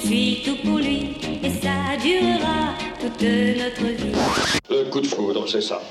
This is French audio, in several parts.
suis tout pour lui et ça durera toute notre vie. Le coup de foudre, c'est ça.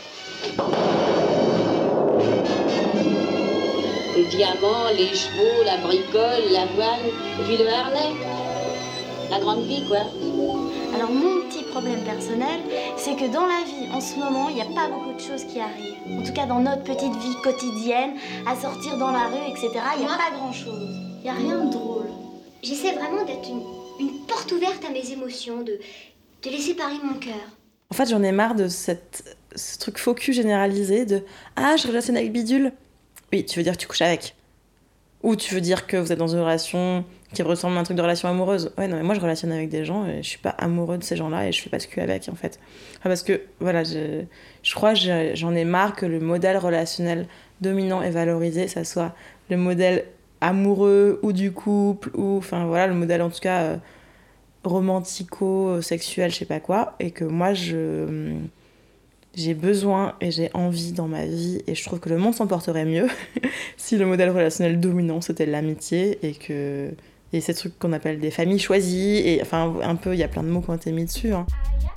Les diamants, les chevaux, la bricole, l'avoine, et puis le harnais. La grande vie, quoi. Alors mon petit problème personnel, c'est que dans la vie, en ce moment, il n'y a pas beaucoup de choses qui arrivent. En tout cas, dans notre petite vie quotidienne, à sortir dans la rue, etc., il n'y a pas grand-chose. Il n'y a rien de drôle. J'essaie vraiment d'être une porte ouverte à mes émotions, de laisser parler mon cœur. En fait, j'en ai marre de ce truc faux cul généralisé de « Ah, je relationne avec bidule ». Oui, tu veux dire que tu couches avec. Ou tu veux dire que vous êtes dans une relation qui ressemble à un truc de relation amoureuse. Ouais, non, mais moi, je relationne avec des gens et je suis pas amoureux de ces gens-là et je fais pas de cul avec, en fait. Enfin, parce que, voilà, je crois que j'en ai marre que le modèle relationnel dominant et valorisé, ça soit le modèle amoureux ou du couple, ou, enfin, voilà, le modèle, en tout cas, romantico-sexuel, je sais pas quoi, et que moi, j'ai besoin et j'ai envie dans ma vie, et je trouve que le monde s'en porterait mieux si le modèle relationnel dominant c'était l'amitié et ces trucs qu'on appelle des familles choisies, et enfin un peu, il y a plein de mots qui ont été mis dessus. Hein.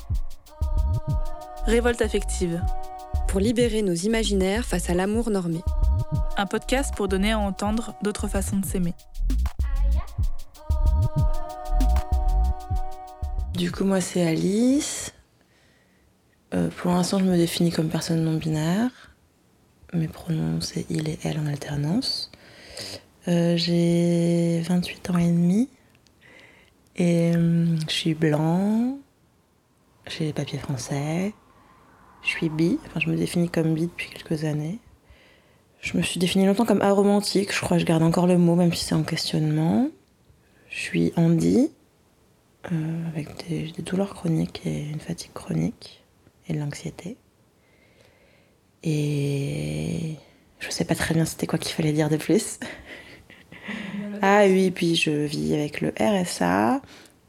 Révolte affective. Pour libérer nos imaginaires face à l'amour normé. Un podcast pour donner à entendre d'autres façons de s'aimer. Du coup, moi c'est Alice. Pour l'instant, je me définis comme personne non-binaire. Mes pronoms, c'est il et elle en alternance. J'ai 28 ans et demi. Et je suis blanc. J'ai les papiers français. Je suis bi. Enfin, je me définis comme bi depuis quelques années. Je me suis définie longtemps comme aromantique. Je crois que je garde encore le mot, même si c'est en questionnement. Je suis handi, avec des douleurs chroniques et une fatigue chronique. Et de l'anxiété. Et je sais pas très bien c'était quoi qu'il fallait dire de plus. Ah oui, puis je vis avec le RSA.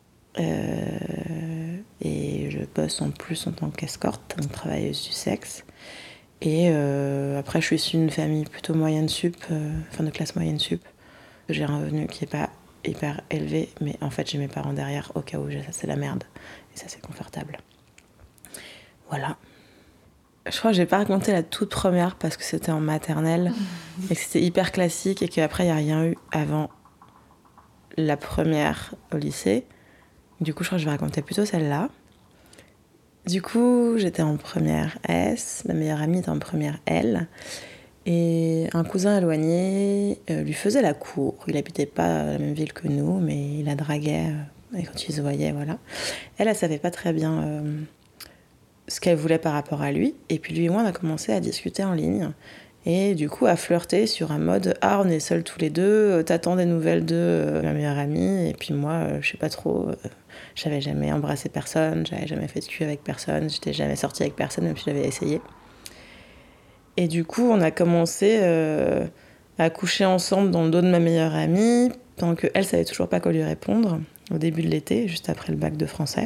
Et je bosse en plus en tant qu'escorte, donc travailleuse du sexe. Et après, je suis issue d'une famille plutôt moyenne sup, enfin de classe moyenne sup. J'ai un revenu qui est pas hyper élevé, mais en fait j'ai mes parents derrière au cas où ça c'est la merde. Et ça c'est confortable. Voilà. Je crois que j'ai pas raconté la toute première parce que c'était en maternelle et que c'était hyper classique et qu'après il n'y a rien eu avant la première au lycée. Du coup, je crois que je vais raconter plutôt celle-là. Du coup, j'étais en première S, ma meilleure amie était en première L et un cousin éloigné lui faisait la cour. Il habitait pas la même ville que nous, mais il la draguait et quand ils se voyaient, voilà. Elle savait pas très bien ce qu'elle voulait par rapport à lui, et puis lui et moi on a commencé à discuter en ligne et du coup à flirter sur un mode « Ah, on est seuls tous les deux, t'attends des nouvelles de ma meilleure amie ?» Et puis moi, je sais pas trop, j'avais jamais embrassé personne, j'avais jamais fait de cul avec personne, j'étais jamais sortie avec personne même si j'avais essayé. Et du coup on a commencé à coucher ensemble dans le dos de ma meilleure amie pendant qu'elle savait toujours pas quoi lui répondre au début de l'été, juste après le bac de français.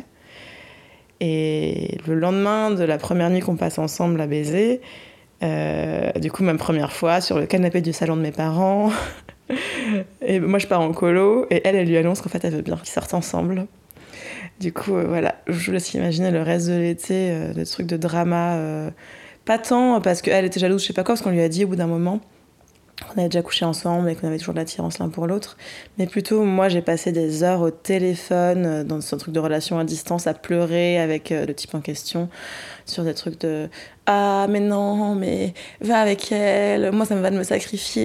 Et le lendemain de la première nuit qu'on passe ensemble à baiser, du coup, ma première fois sur le canapé du salon de mes parents. Et moi, je pars en colo et elle lui annonce qu'en fait, elle veut bien qu'ils sortent ensemble. Du coup, voilà, je vous laisse imaginer le reste de l'été, des trucs de drama. Pas tant parce qu'elle était jalouse, je sais pas quoi, parce qu'on lui a dit au bout d'un moment qu'on avait déjà couché ensemble et qu'on avait toujours de l'attirance l'un pour l'autre. Mais plutôt, moi, j'ai passé des heures au téléphone, dans ce truc de relation à distance, à pleurer avec le type en question, sur des trucs de « Ah, mais non, mais va avec elle, moi, ça me va de me sacrifier. »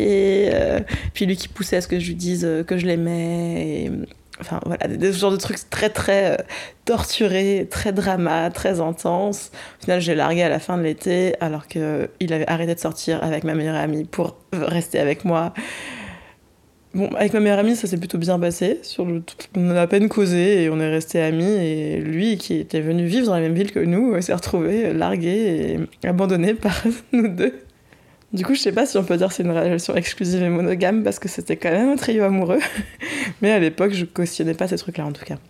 Puis lui qui poussait à ce que je lui dise que je l'aimais. Et... Enfin, voilà, des genres de trucs très, très torturés, très drama, très intenses. Au final, j'ai largué à la fin de l'été, alors qu'il avait arrêté de sortir avec ma meilleure amie pour rester avec moi. Bon, avec ma meilleure amie, ça s'est plutôt bien passé. On a à peine causé et on est restés amis. Et lui, qui était venu vivre dans la même ville que nous, s'est retrouvé largué et abandonné par nous deux. Du coup, je sais pas si on peut dire que c'est une relation exclusive et monogame, parce que c'était quand même un trio amoureux. Mais à l'époque, je cautionnais pas ces trucs-là, en tout cas.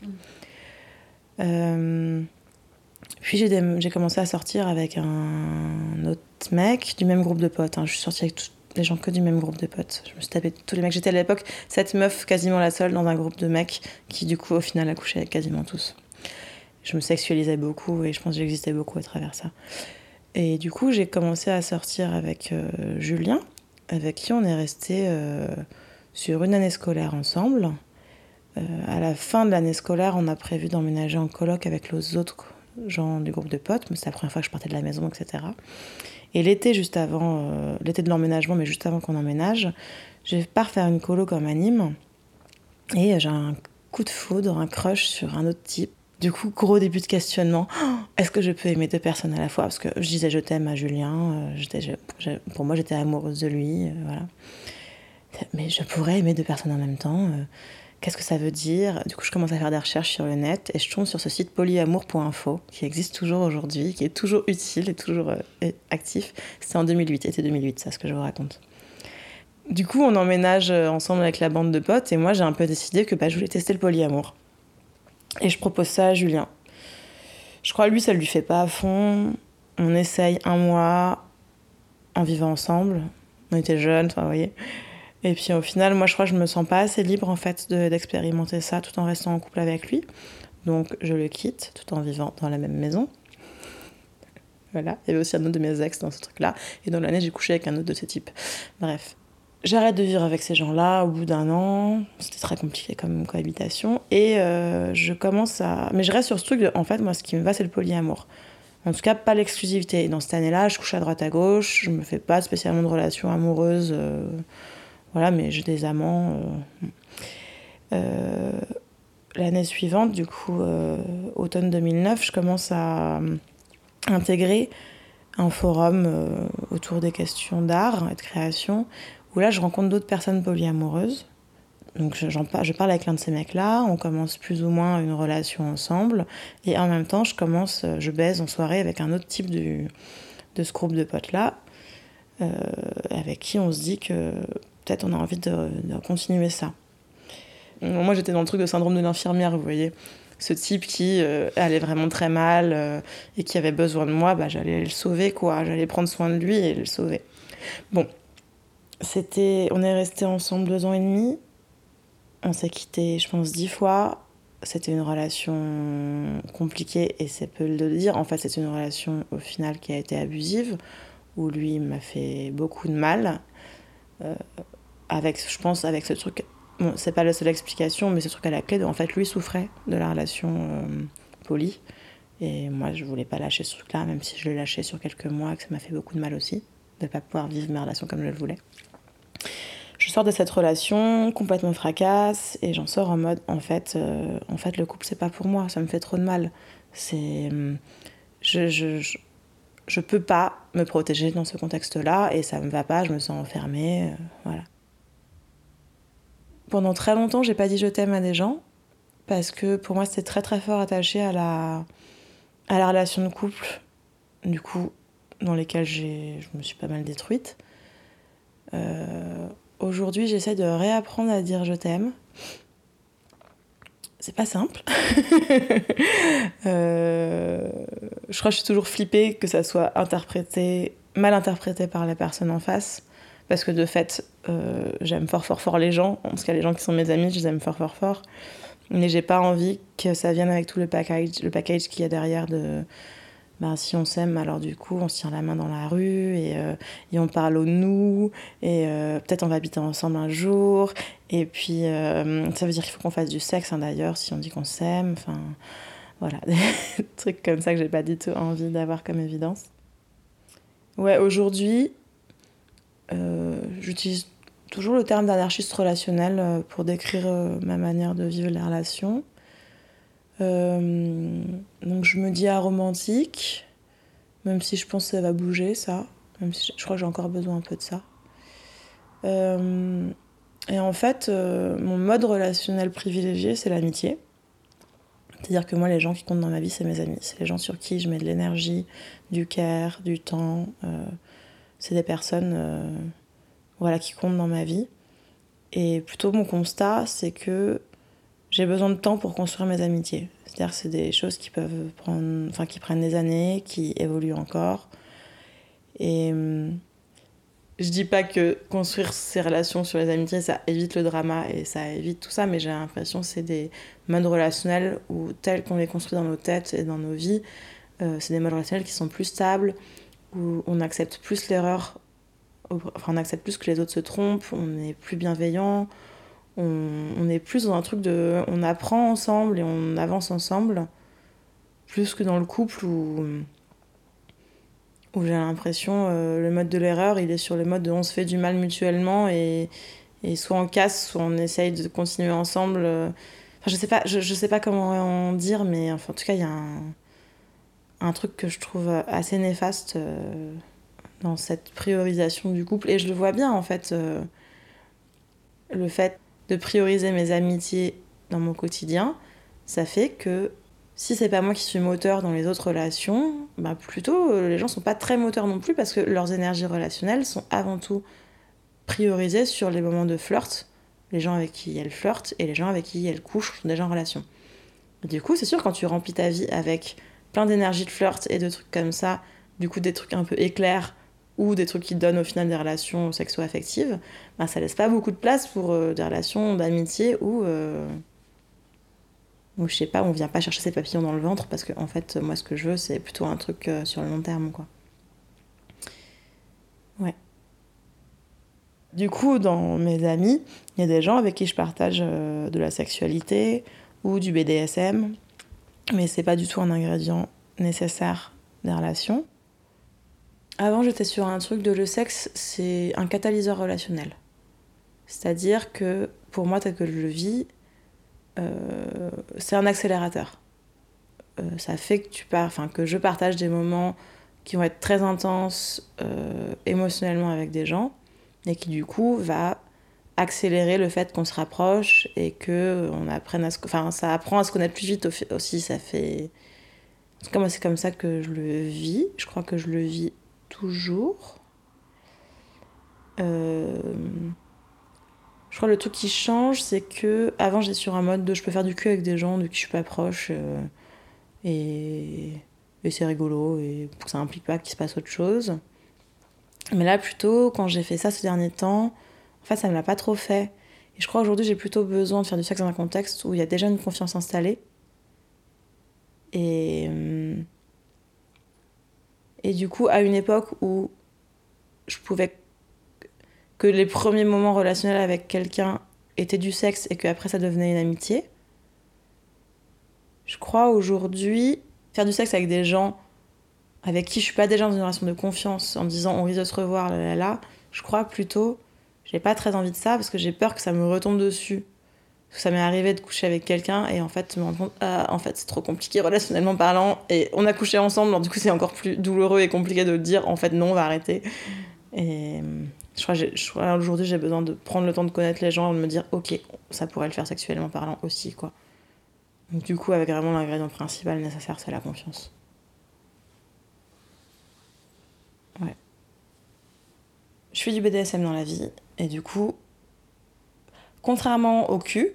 Puis j'ai commencé à sortir avec un autre mec du même groupe de potes. Hein. Je suis sortie avec des gens que du même groupe de potes. Je me suis tapé tous les mecs. J'étais à l'époque cette meuf, quasiment la seule, dans un groupe de mecs qui, du coup, au final, a couché avec quasiment tous. Je me sexualisais beaucoup et je pense que j'existais beaucoup à travers ça. Et du coup, j'ai commencé à sortir avec Julien, avec qui on est resté sur une année scolaire ensemble. À la fin de l'année scolaire, on a prévu d'emménager en coloc avec les autres gens du groupe de potes. Mais c'était la première fois que je partais de la maison, etc. Et l'été, juste avant, l'été de l'emménagement, mais juste avant qu'on emménage, je pars faire une colo comme anime. Et j'ai un coup de foudre, un crush sur un autre type. Du coup, gros début de questionnement. Est-ce que je peux aimer deux personnes à la fois ? Parce que je disais je t'aime à Julien. Pour moi, j'étais amoureuse de lui. Voilà. Mais je pourrais aimer deux personnes en même temps. Qu'est-ce que ça veut dire ? Du coup, je commence à faire des recherches sur le net et je tombe sur ce site polyamour.info qui existe toujours aujourd'hui, qui est toujours utile et toujours actif. C'était en 2008, été 2008, ça, ce que je vous raconte. Du coup, on emménage ensemble avec la bande de potes et moi, j'ai un peu décidé que je voulais tester le polyamour. Et je propose ça à Julien. Je crois que lui, ça lui fait pas à fond. On essaye 1 mois en vivant ensemble. On était jeunes, vous voyez. Et puis au final, moi je crois que je me sens pas assez libre en fait d'expérimenter ça tout en restant en couple avec lui. Donc je le quitte tout en vivant dans la même maison. Voilà, il y avait aussi un autre de mes ex dans ce truc-là. Et dans l'année, j'ai couché avec un autre de ces types. Bref. J'arrête de vivre avec ces gens-là au bout d'1 an. C'était très compliqué comme cohabitation. Et je commence à... Mais je reste sur ce truc de... En fait, moi, ce qui me va, c'est le polyamour. En tout cas, pas l'exclusivité. Et dans cette année-là, je couche à droite à gauche. Je me fais pas spécialement de relations amoureuses... Voilà, mais j'ai des amants. L'année suivante, du coup, automne 2009, je commence à intégrer un forum autour des questions d'art et de création, où là, je rencontre d'autres personnes polyamoureuses. Donc, je parle avec l'un de ces mecs-là, on commence plus ou moins une relation ensemble, et en même temps, je baise en soirée avec un autre type de ce groupe de potes-là, avec qui on se dit que peut-être on a envie de continuer ça. Moi, j'étais dans le truc de syndrome de l'infirmière, vous voyez. Ce type qui allait vraiment très mal et qui avait besoin de moi, j'allais le sauver, quoi. J'allais prendre soin de lui et le sauver. Bon, on est restés ensemble 2 ans et demi. On s'est quittés, je pense, 10 fois. C'était une relation compliquée et c'est peu de le dire. En fait, c'est une relation, au final, qui a été abusive, où lui m'a fait beaucoup de mal. Avec ce truc, bon, c'est pas la seule explication, mais ce truc à la clé, en fait, lui souffrait de la relation polie, et moi, je voulais pas lâcher ce truc-là, même si je l'ai lâché sur quelques mois, que ça m'a fait beaucoup de mal aussi, de pas pouvoir vivre mes relations comme je le voulais. Je sors de cette relation, complètement fracasse, et j'en sors en mode, en fait, le couple, c'est pas pour moi, ça me fait trop de mal. Je peux pas me protéger dans ce contexte-là, et ça me va pas, je me sens enfermée, voilà. Pendant très longtemps, j'ai pas dit je t'aime à des gens, parce que pour moi, c'était très très fort attaché à la relation de couple, du coup, dans lesquelles je me suis pas mal détruite. Aujourd'hui, j'essaie de réapprendre à dire je t'aime. C'est pas simple. Je crois que je suis toujours flippée que ça soit mal interprété par la personne en face. Parce que de fait, j'aime fort les gens. En tout cas, les gens qui sont mes amis, je les aime fort. Mais j'ai pas envie que ça vienne avec tout le package qu'il y a derrière de... si on s'aime, alors du coup, on se tient la main dans la rue et on parle au nous. Et peut-être on va habiter ensemble un jour. Et puis, ça veut dire qu'il faut qu'on fasse du sexe, d'ailleurs, si on dit qu'on s'aime. Enfin, voilà, des trucs comme ça que j'ai pas du tout envie d'avoir comme évidence. Ouais, aujourd'hui... j'utilise toujours le terme d'anarchiste relationnel pour décrire ma manière de vivre les relations. Donc je me dis aromantique, même si je pense que ça va bouger, ça. Même si je crois que j'ai encore besoin un peu de ça. Et en fait, mon mode relationnel privilégié, c'est l'amitié. C'est-à-dire que moi, les gens qui comptent dans ma vie, c'est mes amis. C'est les gens sur qui je mets de l'énergie, du care, du temps... c'est des personnes qui comptent dans ma vie. Et plutôt mon constat, c'est que j'ai besoin de temps pour construire mes amitiés. C'est-à-dire que c'est des choses qui prennent des années, qui évoluent encore. Et Je dis pas que construire ces relations sur les amitiés, ça évite le drama et ça évite tout ça, mais j'ai l'impression que c'est des modes relationnels où, tels qu'on les construit dans nos têtes et dans nos vies, c'est des modes relationnels qui sont plus stables, où on accepte plus l'erreur, enfin on accepte plus que les autres se trompent, on est plus bienveillant, on est plus dans un truc de... On apprend ensemble et on avance ensemble, plus que dans le couple où j'ai l'impression le mode de l'erreur, il est sur le mode de on se fait du mal mutuellement et soit on casse, soit on essaye de continuer ensemble. Enfin, je sais pas comment en dire, mais enfin, en tout cas, il y a un truc que je trouve assez néfaste dans cette priorisation du couple. Et je le vois bien, en fait, le fait de prioriser mes amitiés dans mon quotidien, ça fait que si c'est pas moi qui suis moteur dans les autres relations, bah plutôt les gens sont pas très moteurs non plus parce que leurs énergies relationnelles sont avant tout priorisées sur les moments de flirt, les gens avec qui elles flirtent et les gens avec qui elles couchent sont déjà en relation. Et du coup, c'est sûr, quand tu remplis ta vie avec plein d'énergie de flirt et de trucs comme ça, du coup des trucs un peu éclairs ou des trucs qui donnent au final des relations sexo-affectives, bah ça laisse pas beaucoup de place pour des relations d'amitié où je sais pas, on vient pas chercher ses papillons dans le ventre parce que en fait, moi ce que je veux c'est plutôt un truc sur le long terme, quoi. Ouais. Du coup, dans mes amis, il y a des gens avec qui je partage de la sexualité ou du BDSM, mais c'est pas du tout un ingrédient nécessaire des relations. Avant, j'étais sur un truc de le sexe, c'est un catalyseur relationnel. C'est-à-dire que pour moi, tel que je le vis, c'est un accélérateur. Ça fait que je partage des moments qui vont être très intenses émotionnellement avec des gens et qui du coup va accélérer le fait qu'on se rapproche et que on apprenne ça apprend à se connaître plus vite aussi. Ça fait... En tout cas, moi, c'est comme ça que je le vis. Je crois que je le vis toujours. Je crois que le truc qui change, c'est que avant j'étais sur un mode de je peux faire du cul avec des gens de qui je suis pas proche et c'est rigolo et ça implique pas qu'il se passe autre chose. Mais là, plutôt, quand j'ai fait ça ces derniers temps, en fait, ça me l'a pas trop fait. Et je crois qu'aujourd'hui, j'ai plutôt besoin de faire du sexe dans un contexte où il y a déjà une confiance installée. Et du coup, à une époque où je pouvais que les premiers moments relationnels avec quelqu'un étaient du sexe et qu'après ça devenait une amitié. Je crois aujourd'hui, faire du sexe avec des gens avec qui je suis pas déjà dans une relation de confiance en disant on risque de se revoir, je crois plutôt, j'ai pas très envie de ça parce que j'ai peur que ça me retombe dessus. Parce que ça m'est arrivé de coucher avec quelqu'un et en fait me rendre compte, en fait c'est trop compliqué relationnellement parlant et on a couché ensemble, alors du coup c'est encore plus douloureux et compliqué de dire en fait non, on va arrêter. Et je crois aujourd'hui j'ai besoin de prendre le temps de connaître les gens et de me dire ok, ça pourrait le faire sexuellement parlant aussi, quoi. Donc du coup avec vraiment l'ingrédient principal nécessaire, c'est la confiance. Ouais. Je fais du BDSM dans la vie et du coup, contrairement au cul,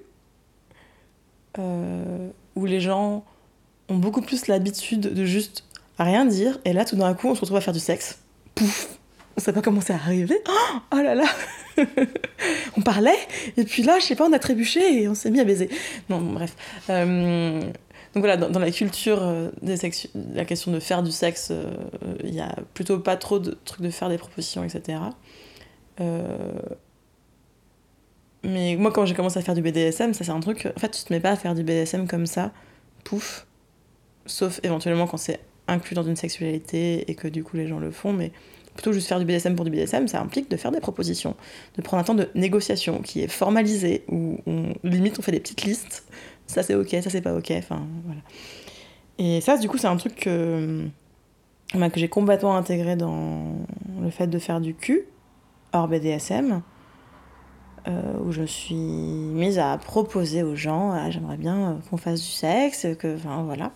où les gens ont beaucoup plus l'habitude de juste rien dire et là tout d'un coup on se retrouve à faire du sexe, pouf, on sait pas comment c'est arrivé, oh là là on parlait et puis là je sais pas, on a trébuché et on s'est mis à baiser. Non bref, donc voilà, dans la culture la question de faire du sexe, il y a plutôt pas trop de trucs de faire des propositions, etc. Mais moi, quand j'ai commencé à faire du BDSM, ça c'est un truc... En fait, tu te mets pas à faire du BDSM comme ça, pouf, sauf éventuellement quand c'est inclus dans une sexualité et que du coup les gens le font, mais plutôt juste faire du BDSM pour du BDSM, ça implique de faire des propositions, de prendre un temps de négociation qui est formalisé, où limite on fait des petites listes, ça c'est ok, ça c'est pas ok, enfin voilà. Et ça, du coup, c'est un truc que j'ai complètement intégré dans le fait de faire du cul, hors BDSM, où je me suis mise à proposer aux gens, j'aimerais bien qu'on fasse du sexe, enfin voilà.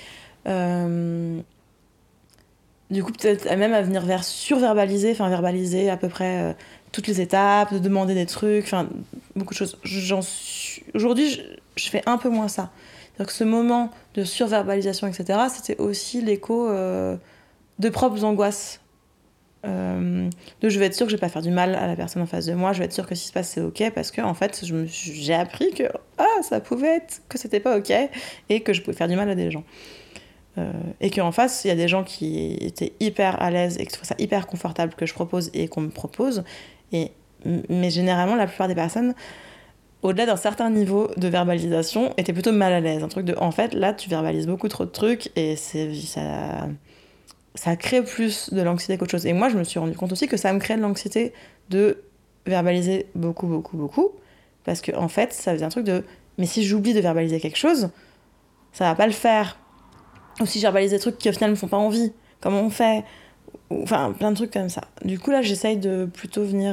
Du coup, peut-être même à venir vers verbaliser à peu près toutes les étapes, de demander des trucs, enfin beaucoup de choses. Aujourd'hui, je fais un peu moins ça. C'est-à-dire que ce moment de surverbalisation, etc., c'était aussi l'écho de propres angoisses Donc je vais être sûre que je vais pas faire du mal à la personne en face de moi, je vais être sûre que ce qui se passe c'est ok, parce que en fait j'ai appris que ça pouvait être que c'était pas ok et que je pouvais faire du mal à des gens. Et qu'en face il y a des gens qui étaient hyper à l'aise et que je trouve ça hyper confortable que je propose et qu'on me propose, mais généralement la plupart des personnes au-delà d'un certain niveau de verbalisation étaient plutôt mal à l'aise, un truc de en fait là tu verbalises beaucoup trop de trucs et ça crée plus de l'anxiété qu'autre chose. Et moi, je me suis rendu compte aussi que ça me crée de l'anxiété de verbaliser beaucoup, beaucoup, beaucoup. Parce que, en fait, ça faisait un truc de... Mais si j'oublie de verbaliser quelque chose, ça va pas le faire. Ou si je verbalise des trucs qui, au final, me font pas envie. Comment on fait ? Enfin, plein de trucs comme ça. Du coup, là, j'essaye de plutôt venir...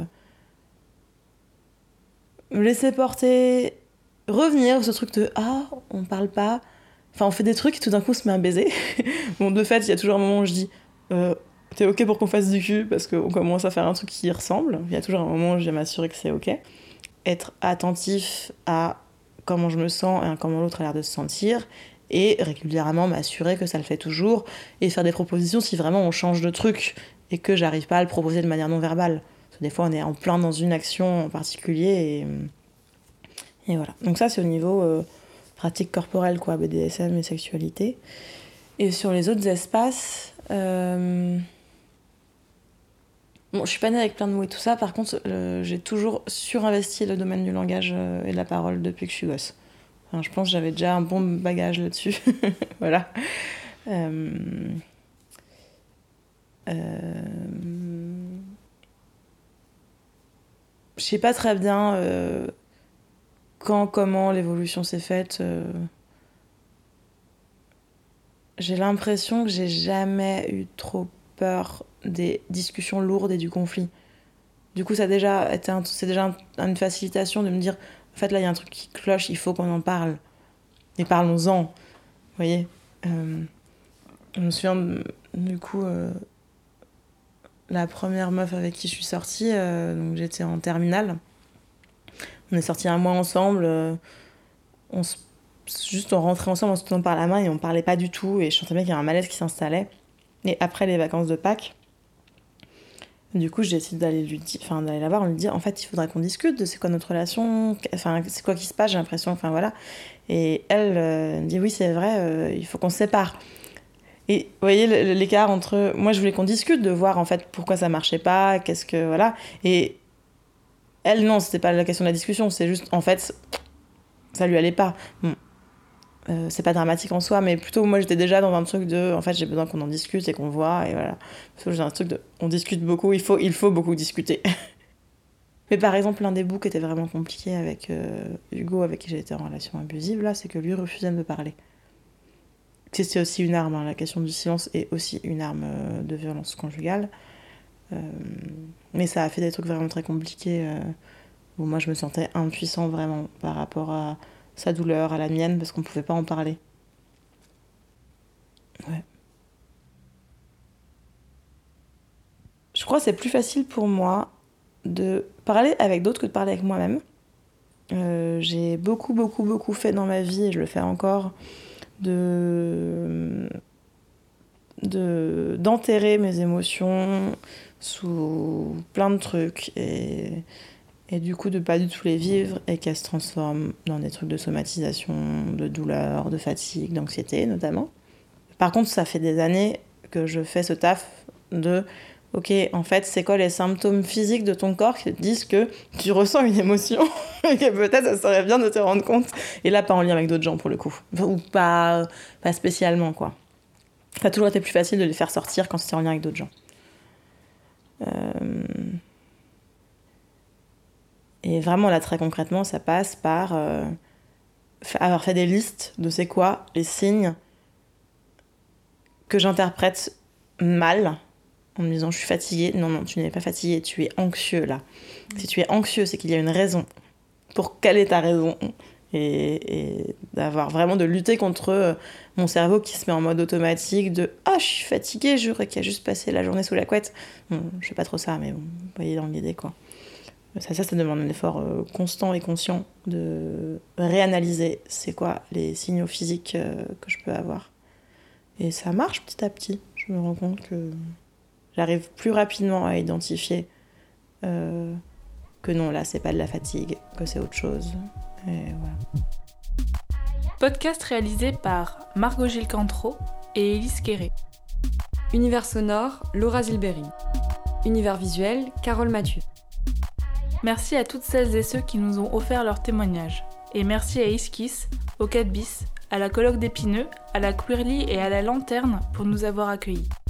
me laisser porter... Revenir ce truc de... on parle pas... Enfin, on fait des trucs et tout d'un coup, on se met un baiser. Bon, de fait, il y a toujours un moment où je dis t'es ok pour qu'on fasse du cul parce qu'on commence à faire un truc qui y ressemble. Il y a toujours un moment où je vais m'assurer que c'est ok. Être attentif à comment je me sens et à comment l'autre a l'air de se sentir. Et régulièrement m'assurer que ça le fait toujours. Et faire des propositions si vraiment on change de truc et que j'arrive pas à le proposer de manière non verbale. Parce que des fois, on est en plein dans une action en particulier et voilà. Donc ça, c'est au niveau... pratique corporelle, quoi, BDSM et sexualité. Et sur les autres espaces, bon, je suis pas née avec plein de mots et tout ça, par contre, j'ai toujours surinvesti le domaine du langage et de la parole depuis que je suis gosse. Enfin, je pense que j'avais déjà un bon bagage là-dessus. Voilà. Je sais pas très bien comment l'évolution s'est faite. J'ai l'impression que j'ai jamais eu trop peur des discussions lourdes et du conflit. Du coup, c'est déjà une facilitation de me dire, en fait, là, il y a un truc qui cloche, il faut qu'on en parle. Et parlons-en. Vous voyez ? Je me souviens, du coup, la première meuf avec qui je suis sortie, donc j'étais en terminale. On est sortis un mois ensemble, on rentrait ensemble en se tenant par la main et on parlait pas du tout et je sentais bien qu'il y avait un malaise qui s'installait. Et après les vacances de Pâques, du coup j'ai décidé d'aller la voir, on lui dit en fait il faudrait qu'on discute de c'est quoi notre relation, enfin c'est quoi qui se passe, j'ai l'impression, enfin voilà. Et elle dit oui c'est vrai, il faut qu'on se sépare. Et vous voyez l'écart entre... Moi je voulais qu'on discute, de voir en fait pourquoi ça marchait pas, qu'est-ce que... Voilà. Et elle, non, c'était pas la question de la discussion, c'est juste, en fait, ça lui allait pas. Bon, c'est pas dramatique en soi, mais plutôt, moi, j'étais déjà dans un truc de, en fait, j'ai besoin qu'on en discute et qu'on voit, et voilà. Parce que j'ai un truc de, on discute beaucoup, il faut beaucoup discuter. Mais par exemple, l'un des bouts qui était vraiment compliqué avec Hugo, avec qui j'étais en relation abusive, là, c'est que lui refusait de me parler. C'est aussi une arme, hein, la question du silence est aussi une arme de violence conjugale. Mais ça a fait des trucs vraiment très compliqués où moi je me sentais impuissant vraiment par rapport à sa douleur, à la mienne, parce qu'on pouvait pas en parler. Ouais. Je crois que c'est plus facile pour moi de parler avec d'autres que de parler avec moi-même. J'ai beaucoup fait dans ma vie, et je le fais encore, d'enterrer mes émotions sous plein de trucs et du coup de pas du tout les vivre et qu'elles se transforment dans des trucs de somatisation, de douleur, de fatigue, d'anxiété notamment. Par contre, ça fait des années que je fais ce taf de ok, en fait, c'est quoi les symptômes physiques de ton corps qui te disent que tu ressens une émotion et que peut-être ça serait bien de te rendre compte. Et là, pas en lien avec d'autres gens pour le coup, ou pas spécialement quoi. Ça a toujours été plus facile de les faire sortir quand c'était en lien avec d'autres gens. Et vraiment, là, très concrètement, ça passe par avoir fait des listes de c'est quoi les signes que j'interprète mal, en me disant je suis fatiguée. Non, tu n'es pas fatiguée, tu es anxieux, là. Si tu es anxieux, c'est qu'il y a une raison. Pour quelle est ta raison ? Et d'avoir vraiment de lutter contre mon cerveau qui se met en mode automatique de « Ah, je suis fatiguée, j'aurais qu'à juste passer la journée sous la couette. » Bon, je fais pas trop ça, mais bon, vous voyez dans l'idée, quoi. Ça demande un effort constant et conscient de réanalyser c'est quoi les signaux physiques que je peux avoir. Et ça marche petit à petit. Je me rends compte que J'arrive plus rapidement à identifier que non, là, c'est pas de la fatigue, que c'est autre chose. Et voilà. Podcast réalisé par Margot-Gilles Cantreau et Élise Quéré. Univers sonore, Laura Zilbering. Univers visuel, Carole Mathieu. Merci à toutes celles et ceux qui nous ont offert leurs témoignages. Et merci à Iskis, au 4 bis, à la colloque d'Épineux, à la Queerly et à la Lanterne pour nous avoir accueillis.